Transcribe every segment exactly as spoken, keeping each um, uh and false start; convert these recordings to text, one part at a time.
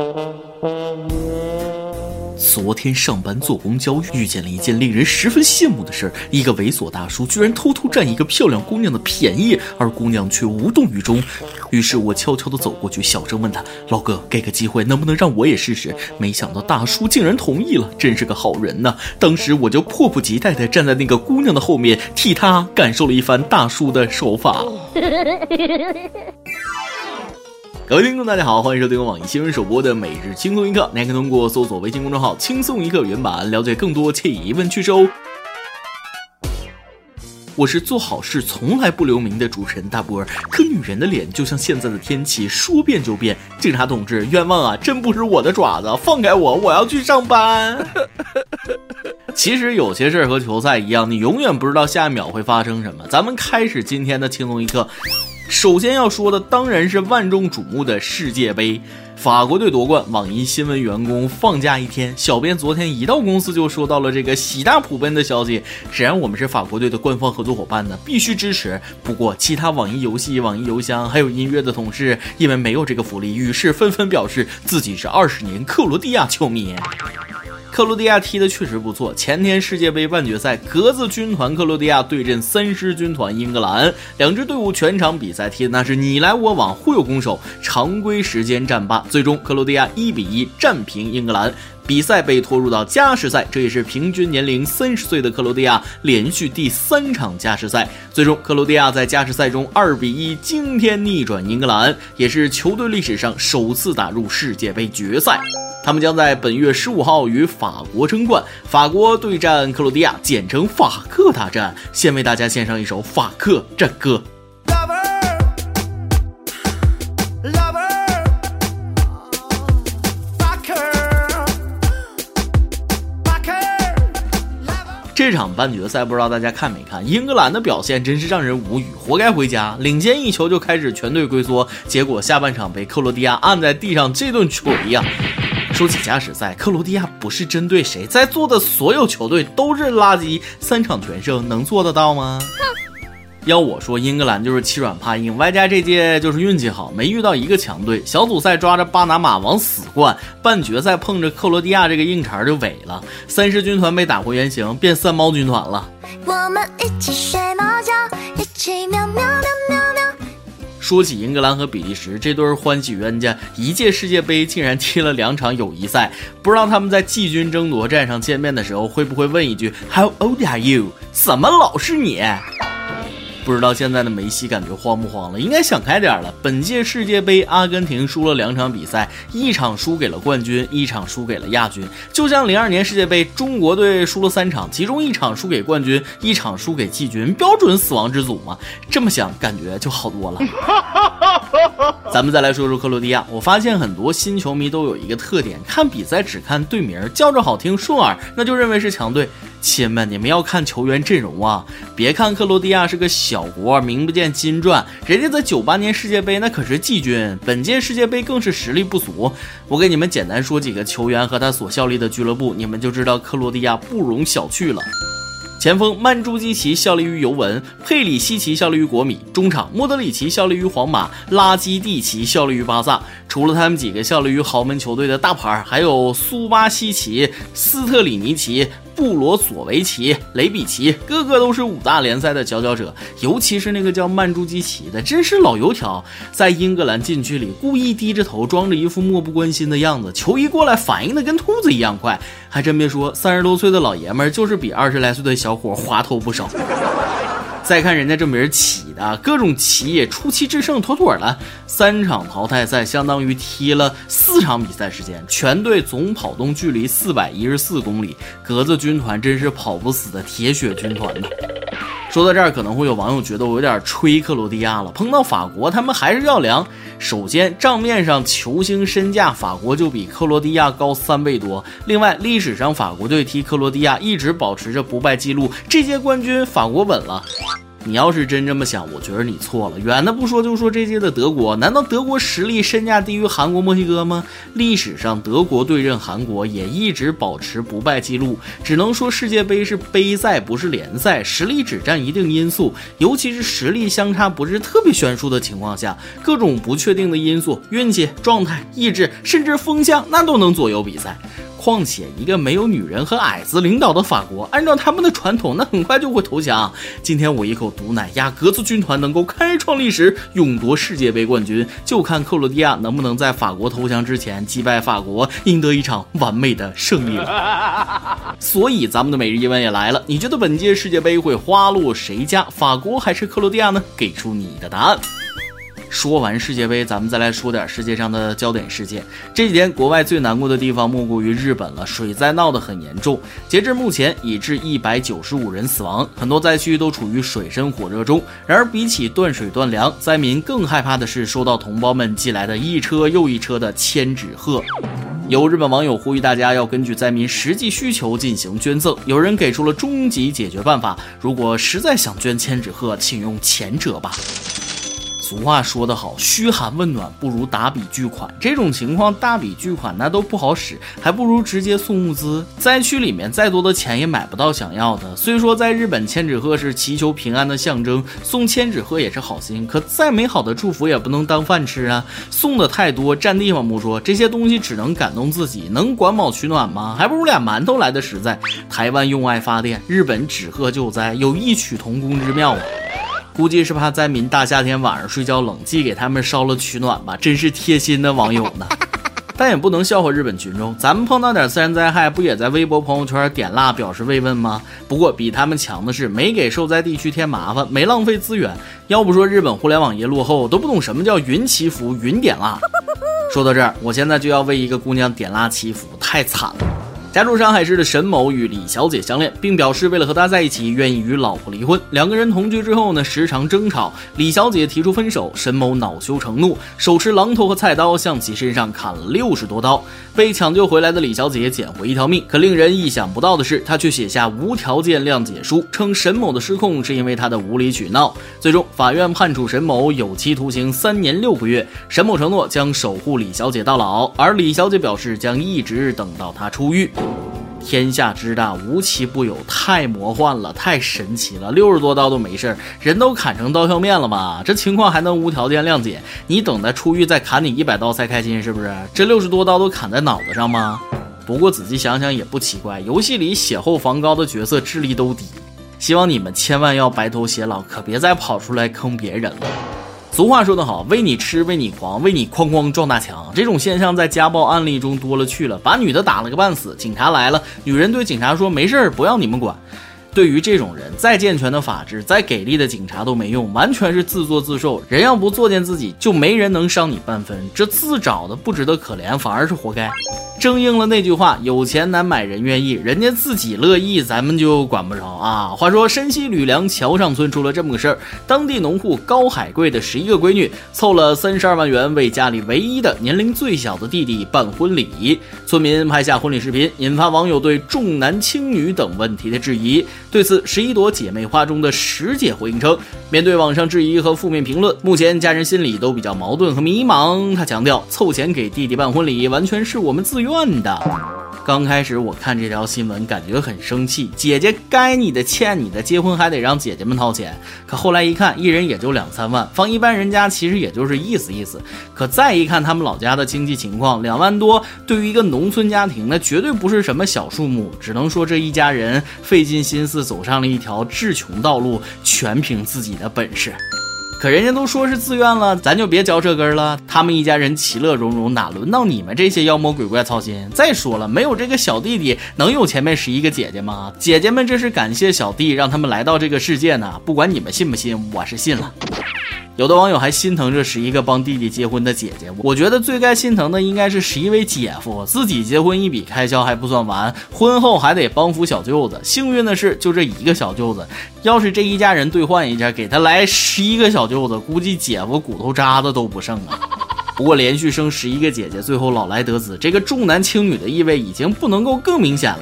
昨天上班坐公交，遇见了一件令人十分羡慕的事儿，一个猥琐大叔居然偷偷占一个漂亮姑娘的便宜，而姑娘却无动于衷。于是我悄悄地走过去，小声问他：老哥，给个机会能不能让我也试试？没想到大叔竟然同意了，真是个好人呐！当时我就迫不及待地站在那个姑娘的后面，替她感受了一番大叔的手法。各位听众大家好，欢迎收听由网易新闻首播的每日轻松一刻，您可以通过搜索微信公众号轻松一刻原版了解更多惬意疑问趣事哦。我是做好事从来不留名的主持人大波儿，可女人的脸就像现在的天气，说变就变。警察同志，冤枉啊，真不是我的爪子，放开我，我要去上班。其实有些事儿和球赛一样，你永远不知道下一秒会发生什么。咱们开始今天的轻松一刻。首先要说的当然是万众瞩目的世界杯，法国队夺冠，网易新闻员工放假一天。小编昨天一到公司就收到了这个喜大普奔的消息，显然我们是法国队的官方合作伙伴呢，必须支持。不过其他网易游戏、网易邮箱还有音乐的同事因为没有这个福利，于是纷纷表示自己是二十年克罗地亚球迷。克罗地亚踢得确实不错，前天世界杯半决赛，格子军团克罗地亚对阵三狮军团英格兰，两支队伍全场比赛踢的那是你来我往，互有攻守，常规时间战罢，最终克罗地亚一比一战平英格兰。比赛被拖入到加时赛，这也是平均年龄三十岁的克罗地亚连续第三场加时赛。最终克罗地亚在加时赛中二比一惊天逆转英格兰，也是球队历史上首次打入世界杯决赛。他们将在本月十五号与法国争冠，法国对战克罗地亚，简称法克大战。先为大家献上一首法克战歌。这场半决赛不知道大家看没看，英格兰的表现真是让人无语，活该回家，领先一球就开始全队龟缩，结果下半场被克罗地亚按在地上这顿锤呀。说起加时赛，克罗地亚不是针对谁，在座的所有球队都是垃圾，三场全胜能做得到吗？要我说，英格兰就是欺软怕硬，外加这届就是运气好，没遇到一个强队。小组赛抓着巴拿马往死灌，半决赛碰着克罗地亚这个硬茬就萎了。三狮军团被打回原形，变三猫军团了。我们一起睡猫觉，一起喵喵喵喵喵。说起英格兰和比利时这对欢喜冤家，一届世界杯竟然踢了两场友谊赛，不知道他们在季军争夺战上见面的时候会不会问一句 How old are you？ 怎么老是你？不知道现在的梅西感觉慌不慌了，应该想开点了。本届世界杯阿根廷输了两场比赛，一场输给了冠军，一场输给了亚军。就像零二年世界杯中国队输了三场，其中一场输给冠军，一场输给季军，标准死亡之组嘛。这么想感觉就好多了。咱们再来说说克罗地亚，我发现很多新球迷都有一个特点，看比赛只看队名，叫着好听顺耳，那就认为是强队。亲们，你们要看球员阵容啊！别看克罗地亚是个小国，名不见经传，人家在九八年世界杯那可是季军，本届世界杯更是实力不俗。我给你们简单说几个球员和他所效力的俱乐部，你们就知道克罗地亚不容小觑了。前锋曼朱基奇效力于尤文，佩里西奇效力于国米，中场莫德里奇效力于皇马，拉基蒂奇效力于巴萨。除了他们几个效力于豪门球队的大牌，还有苏巴西奇、斯特里尼奇、布罗佐维奇、雷比奇，个个都是五大联赛的佼佼者。尤其是那个叫曼朱基奇的，真是老油条，在英格兰禁区里故意低着头，装着一副漠不关心的样子，球一过来反应的跟兔子一样快。还真别说，三十多岁的老爷们儿就是比二十来岁的小伙滑头不少。再看人家这名起的，各种起也出奇制胜妥妥了。三场淘汰赛相当于踢了四场比赛时间，全队总跑动距离四百一十四公里，格子军团真是跑不死的铁血军团呢。说到这儿，可能会有网友觉得我有点吹克罗地亚了，碰到法国他们还是要凉。首先账面上球星身价法国就比克罗地亚高三倍多，另外历史上法国队踢克罗地亚一直保持着不败记录，这届冠军法国稳了。 你要是真这么想，我觉得你错了。远的不说，就说这届的德国，难道德国实力身价低于韩国、墨西哥吗？历史上德国对阵韩国也一直保持不败记录，只能说世界杯是杯赛不是联赛，实力只占一定因素，尤其是实力相差不是特别悬殊的情况下，各种不确定的因素，运气、状态、意志，甚至风向，那都能左右比赛。况且一个没有女人和矮子领导的法国，按照他们的传统，那很快就会投降。今天我一口毒奶压格子军团能够开创历史，勇夺世界杯冠军，就看克罗地亚能不能在法国投降之前击败法国，赢得一场完美的胜利了。所以咱们的每日一问也来了，你觉得本届世界杯会花落谁家？法国还是克罗地亚呢？给出你的答案。说完世界杯，咱们再来说点世界上的焦点事件。这几天国外最难过的地方莫过于日本了，水灾闹得很严重，截至目前已致一百九十五人死亡，很多灾区都处于水深火热中。然而比起断水断粮，灾民更害怕的是收到同胞们寄来的一车又一车的千纸鹤。有日本网友呼吁大家要根据灾民实际需求进行捐赠，有人给出了终极解决办法，如果实在想捐千纸鹤，请用前者吧。俗话说得好，嘘寒问暖不如大笔巨款，这种情况大笔巨款那都不好使，还不如直接送物资。灾区里面再多的钱也买不到想要的。虽说在日本千纸鹤是祈求平安的象征，送千纸鹤也是好心，可再美好的祝福也不能当饭吃啊！送的太多占地方不说，这些东西只能感动自己，能管饱取暖吗？还不如俩馒头来的实在。台湾用爱发电，日本纸鹤救灾，有异曲同工之妙啊！估计是怕灾民大夏天晚上睡觉冷，寄给他们烧了取暖吧，真是贴心的网友呢。但也不能笑话日本群众，咱们碰到点自然灾害，不也在微博朋友圈点蜡表示慰问吗？不过比他们强的是没给受灾地区添麻烦，没浪费资源。要不说日本互联网业落后，都不懂什么叫云祈福、云点蜡。说到这儿，我现在就要为一个姑娘点蜡祈福，太惨了。家住上海市的沈某与李小姐相恋，并表示为了和她在一起，愿意与老婆离婚。两个人同居之后呢，时常争吵。李小姐提出分手，沈某恼羞成怒，手持榔头和菜刀向其身上砍了六十多刀。被抢救回来的李小姐捡回一条命，可令人意想不到的是，她却写下无条件谅解书，称沈某的失控是因为他的无理取闹。最终，法院判处沈某有期徒刑三年六个月。沈某承诺将守护李小姐到老，而李小姐表示将一直等到她出狱。天下之大，无奇不有，太魔幻了，太神奇了！六十多刀都没事，人都砍成刀削面了吗？这情况还能无条件谅解？你等他出狱再砍你一百刀才开心是不是？这六十多刀都砍在脑子上吗？不过仔细想想也不奇怪，游戏里血厚防高的角色智力都低。希望你们千万要白头偕老，可别再跑出来坑别人了。俗话说得好，为你吃为你狂，为你哐哐撞大墙。这种现象在家暴案例中多了去了，把女的打了个半死，警察来了，女人对警察说没事，不要你们管。对于这种人，再健全的法治，再给力的警察都没用，完全是自作自受。人要不作践自己，就没人能伤你半分。这自找的不值得可怜，反而是活该。正应了那句话，有钱难买人愿意，人家自己乐意，咱们就管不着啊。话说山西吕梁桥上村出了这么个事儿，当地农户高海贵的十一个闺女凑了三十二万元，为家里唯一的年龄最小的弟弟办婚礼。村民拍下婚礼视频，引发网友对重男轻女等问题的质疑。对此，十一朵姐妹花中的十姐回应称，面对网上质疑和负面评论，目前家人心里都比较矛盾和迷茫。她强调，凑钱给弟弟办婚礼完全是我们自愿的。刚开始我看这条新闻感觉很生气，姐姐该你的欠你的，结婚还得让姐姐们掏钱。可后来一看，一人也就两三万，放一般人家其实也就是意思意思。可再一看他们老家的经济情况，两万多对于一个农村家庭那绝对不是什么小数目，只能说这一家人费尽心思走上了一条至穷道路，全凭自己的本事。可人家都说是自愿了，咱就别嚼这根了。他们一家人其乐融融，哪轮到你们这些妖魔鬼怪操心？再说了，没有这个小弟弟，能有前面十一个姐姐吗？姐姐们这是感谢小弟让他们来到这个世界呢，不管你们信不信，我是信了。有的网友还心疼这十一个帮弟弟结婚的姐姐，我觉得最该心疼的应该是十一位姐夫，自己结婚一笔开销还不算完，婚后还得帮扶小舅子。幸运的是，就这一个小舅子，要是这一家人兑换一下，给他来十一个小舅子，估计姐夫骨头渣子都不剩啊。不过连续生十一个姐姐，最后老来得子，这个重男轻女的意味已经不能够更明显了。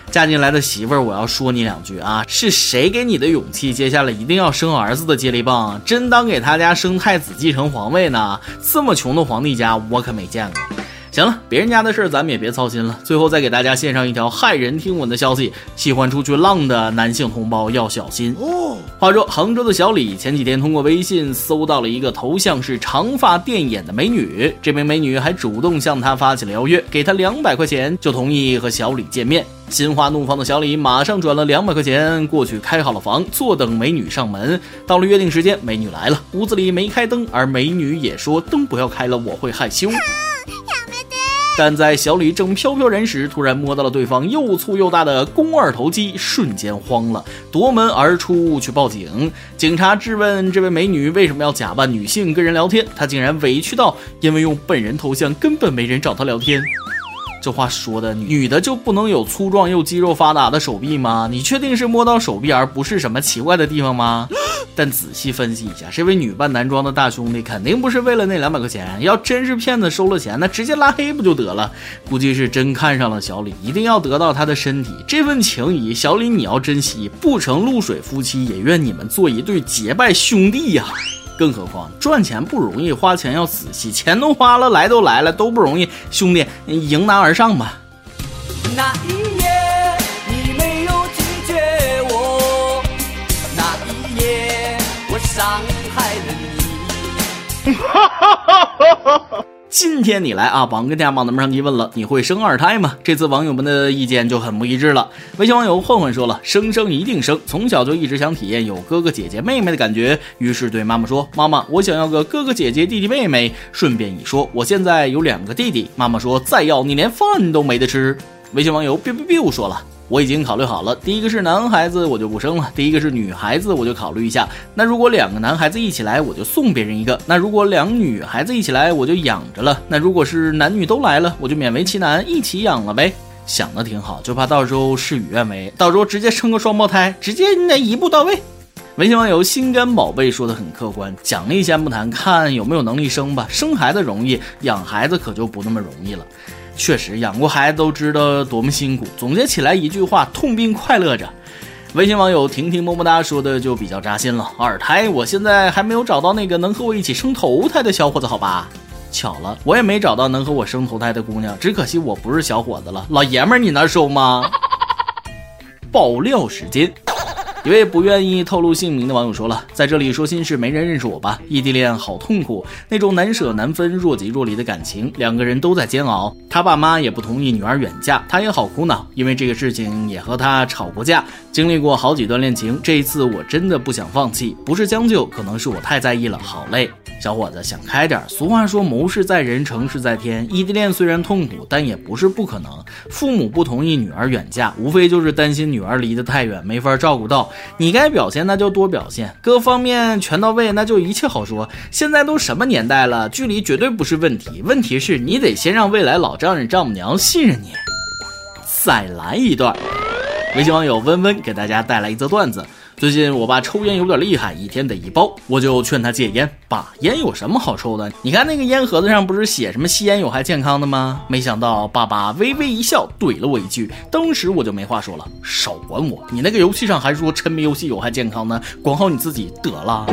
嫁进来的媳妇儿，我要说你两句啊，是谁给你的勇气接下来一定要生儿子的接力棒？真当给他家生太子继承皇位呢？这么穷的皇帝家我可没见过。行了，别人家的事咱们也别操心了。最后再给大家献上一条骇人听闻的消息，喜欢出去浪的男性同胞要小心哦。话说杭州的小李前几天通过微信搜到了一个头像是长发电眼的美女，这名美女还主动向他发起了邀约，给他两百块钱就同意和小李见面。心花怒放的小李马上转了两百块钱过去开好了房，坐等美女上门。到了约定时间，美女来了，屋子里没开灯，而美女也说灯不要开了，我会害羞。但在小李正飘飘然时，突然摸到了对方又粗又大的肱二头肌，瞬间慌了，夺门而出去报警。警察质问这位美女为什么要假扮女性跟人聊天，她竟然委屈到因为用本人头像根本没人找她聊天。这话说的，女的就不能有粗壮又肌肉发达的手臂吗？你确定是摸到手臂而不是什么奇怪的地方吗？但仔细分析一下，这位女扮男装的大兄弟肯定不是为了那两百块钱，要真是骗子收了钱，那直接拉黑不就得了？估计是真看上了小李，一定要得到他的身体，这份情谊小李你要珍惜，不成露水夫妻也愿你们做一对结拜兄弟呀、啊。更何况赚钱不容易，花钱要仔细，钱都花了，来都来了，都不容易，兄弟迎难而上吧。那一夜你没有拒绝我，那一夜我伤害了你。今天你来啊，榜跟大家榜单上提问了，你会生二胎吗？这次网友们的意见就很不一致了。微信网友混混说了，生生一定生，从小就一直想体验有哥哥姐姐妹妹的感觉，于是对妈妈说，妈妈我想要个哥哥姐姐弟弟妹妹，顺便一说我现在有两个弟弟。妈妈说再要你连饭都没得吃。微信网友 biu biu biu 说了，我已经考虑好了，第一个是男孩子我就不生了，第一个是女孩子我就考虑一下，那如果两个男孩子一起来我就送别人一个，那如果两女孩子一起来我就养着了，那如果是男女都来了我就勉为其难一起养了呗。想的挺好，就怕到时候事与愿违，到时候直接生个双胞胎，直接那一步到位。微信网友心肝宝贝说的很客观，奖励先不谈，看有没有能力生吧，生孩子容易，养孩子可就不那么容易了。确实养过孩子都知道多么辛苦，总结起来一句话，痛并快乐着。微信网友婷婷么么哒说的就比较扎心了，二胎我现在还没有找到那个能和我一起生头胎的小伙子，好吧？巧了，我也没找到能和我生头胎的姑娘，只可惜我不是小伙子了。老爷们儿你能收吗？爆料时间，一位不愿意透露姓名的网友说了，在这里说心事，没人认识我吧，异地恋好痛苦，那种难舍难分若即若离的感情，两个人都在煎熬，他爸妈也不同意女儿远嫁，他也好苦恼，因为这个事情也和他吵过架，经历过好几段恋情，这一次我真的不想放弃，不是将就，可能是我太在意了，好累。小伙子想开点，俗话说谋事在人，成事在天，异地恋虽然痛苦，但也不是不可能。父母不同意女儿远嫁，无非就是担心女儿离得太远，没法照顾到，你该表现那就多表现，各方面全到位，那就一切好说。现在都什么年代了，距离绝对不是问题，问题是你得先让未来老丈人丈母娘信任你。再来一段。微信网友温温给大家带来一则段子，最近我爸抽烟有点厉害，一天得一包，我就劝他戒烟。爸，烟有什么好抽的？你看那个烟盒子上不是写什么吸烟有害健康的吗？没想到爸爸微微一笑，怼了我一句，当时我就没话说了，少管我，你那个游戏上还说沉迷游戏有害健康呢，管好你自己得了。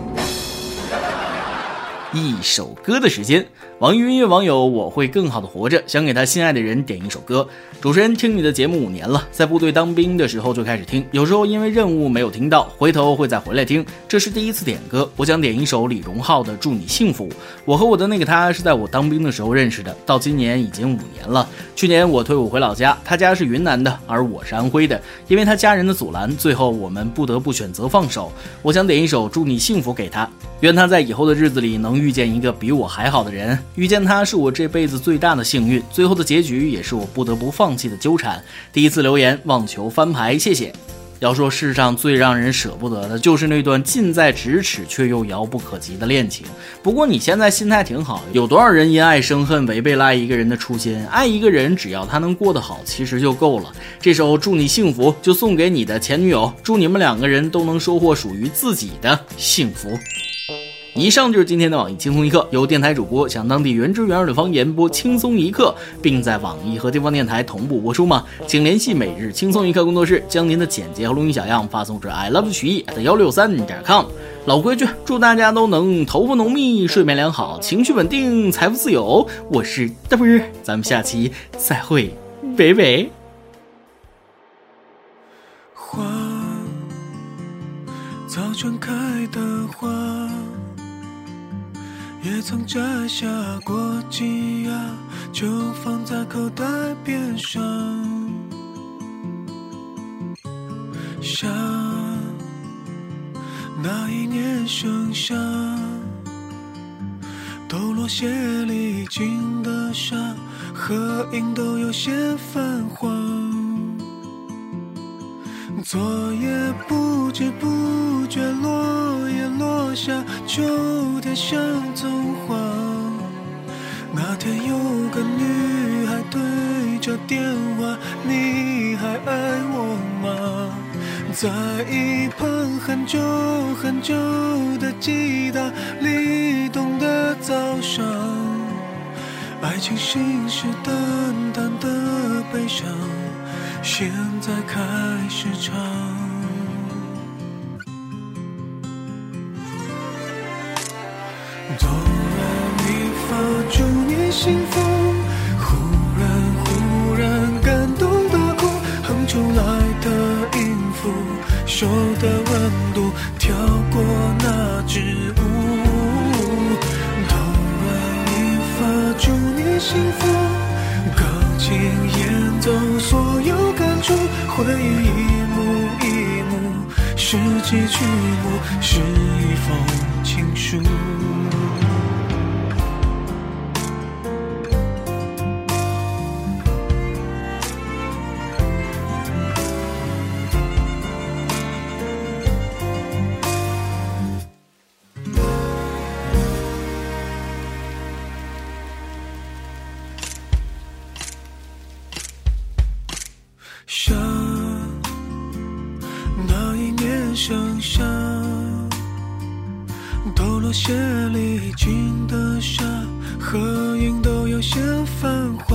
一首歌的时间，网易云音乐网友我会更好的活着想给他心爱的人点一首歌。主持人听你的节目五年了，在部队当兵的时候就开始听，有时候因为任务没有听到，回头会再回来听，这是第一次点歌，我想点一首李荣浩的祝你幸福。我和我的那个他是在我当兵的时候认识的，到今年已经五年了。去年我退伍回老家，他家是云南的，而我是安徽的，因为他家人的阻拦，最后我们不得不选择放手。我想点一首祝你幸福给他，愿他在以后的日子里能遇见一个比我还好的人，遇见他是我这辈子最大的幸运，最后的结局也是我不得不放弃的纠缠。第一次留言妄求翻牌，谢谢。要说世上最让人舍不得的就是那段近在咫尺却又遥不可及的恋情。不过你现在心态挺好，有多少人因爱生恨，违背了爱一个人的初心？爱一个人只要他能过得好其实就够了。这首祝你幸福就送给你的前女友，祝你们两个人都能收获属于自己的幸福。 以上就是今天的网易轻松一刻，由电台主播讲当地原汁原味的方言播轻松一刻，并在网易和地方电台同步播出吗？请联系每日轻松一刻工作室，将您的简介和录音小样发送至 i love 曲艺 at 一六三点 com。老规矩，祝大家都能头发浓密、睡眠良好、情绪稳定、财富自由。我是大波儿，咱们下期再会，拜拜。 花，早春开的花，也曾摘下过几芽，就放在口袋边上。夏，那一年盛夏，抖落鞋里进的沙，合影都有些泛黄。昨夜不知不觉，落叶落下，秋天像棕黄。那天有个女孩对着电话，你还爱我吗？在一旁很久很久的吉他里动的早上，爱情信誓旦旦的悲伤，现在开始唱。哆来咪发，祝你幸福。忽然忽然感动的哭，哼出来的音符，手的温度跳过那支舞。哆来咪发，祝你幸福。钢琴演奏所有感触，回忆一幕一幕，十几曲目，是一封情书。夏，那一年盛夏，抖落鞋里进的沙，合影都有些泛黄。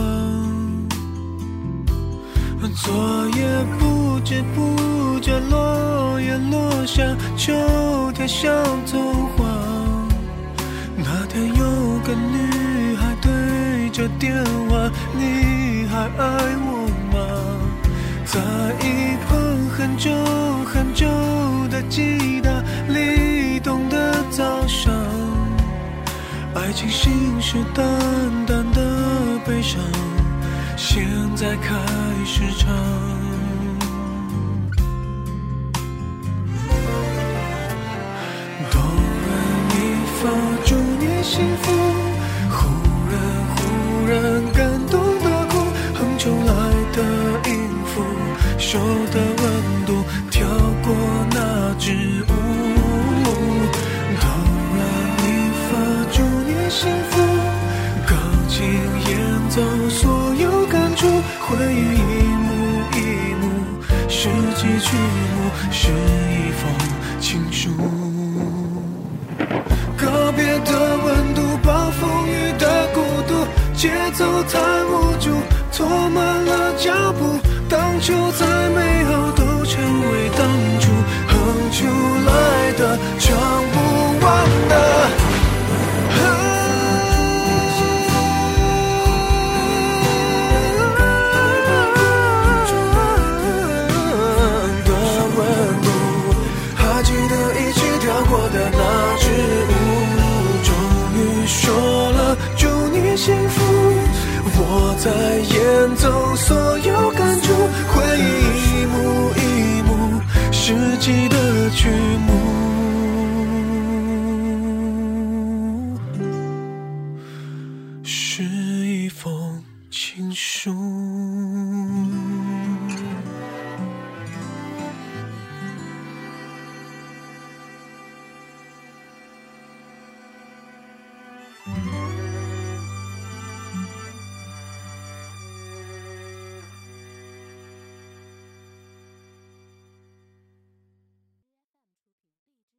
昨夜不知不觉，落叶落下，秋天像棕黄。那天有个女孩对着电话，你还爱我吗？在一旁很久很久的吉他里动的早上，爱情信誓旦旦的悲伤，现在开始唱。哆来咪发，祝你幸福。忽然忽然感动的哭，哼出来的音符，手的温度跳过那支舞。哆来咪发，祝你幸福。钢琴演奏所有感触，回忆一幕一幕，十几曲目，是一封情书。告别的温度，暴风雨的孤独，节奏太无助，拖慢了脚步。当初再美好都成为当初，哼出来的唱不完的。还记得一起跳过的那支舞，终于说了祝你幸福。我在演奏所有感触，回忆一幕一幕，世纪的曲目，是一封情书。嗯。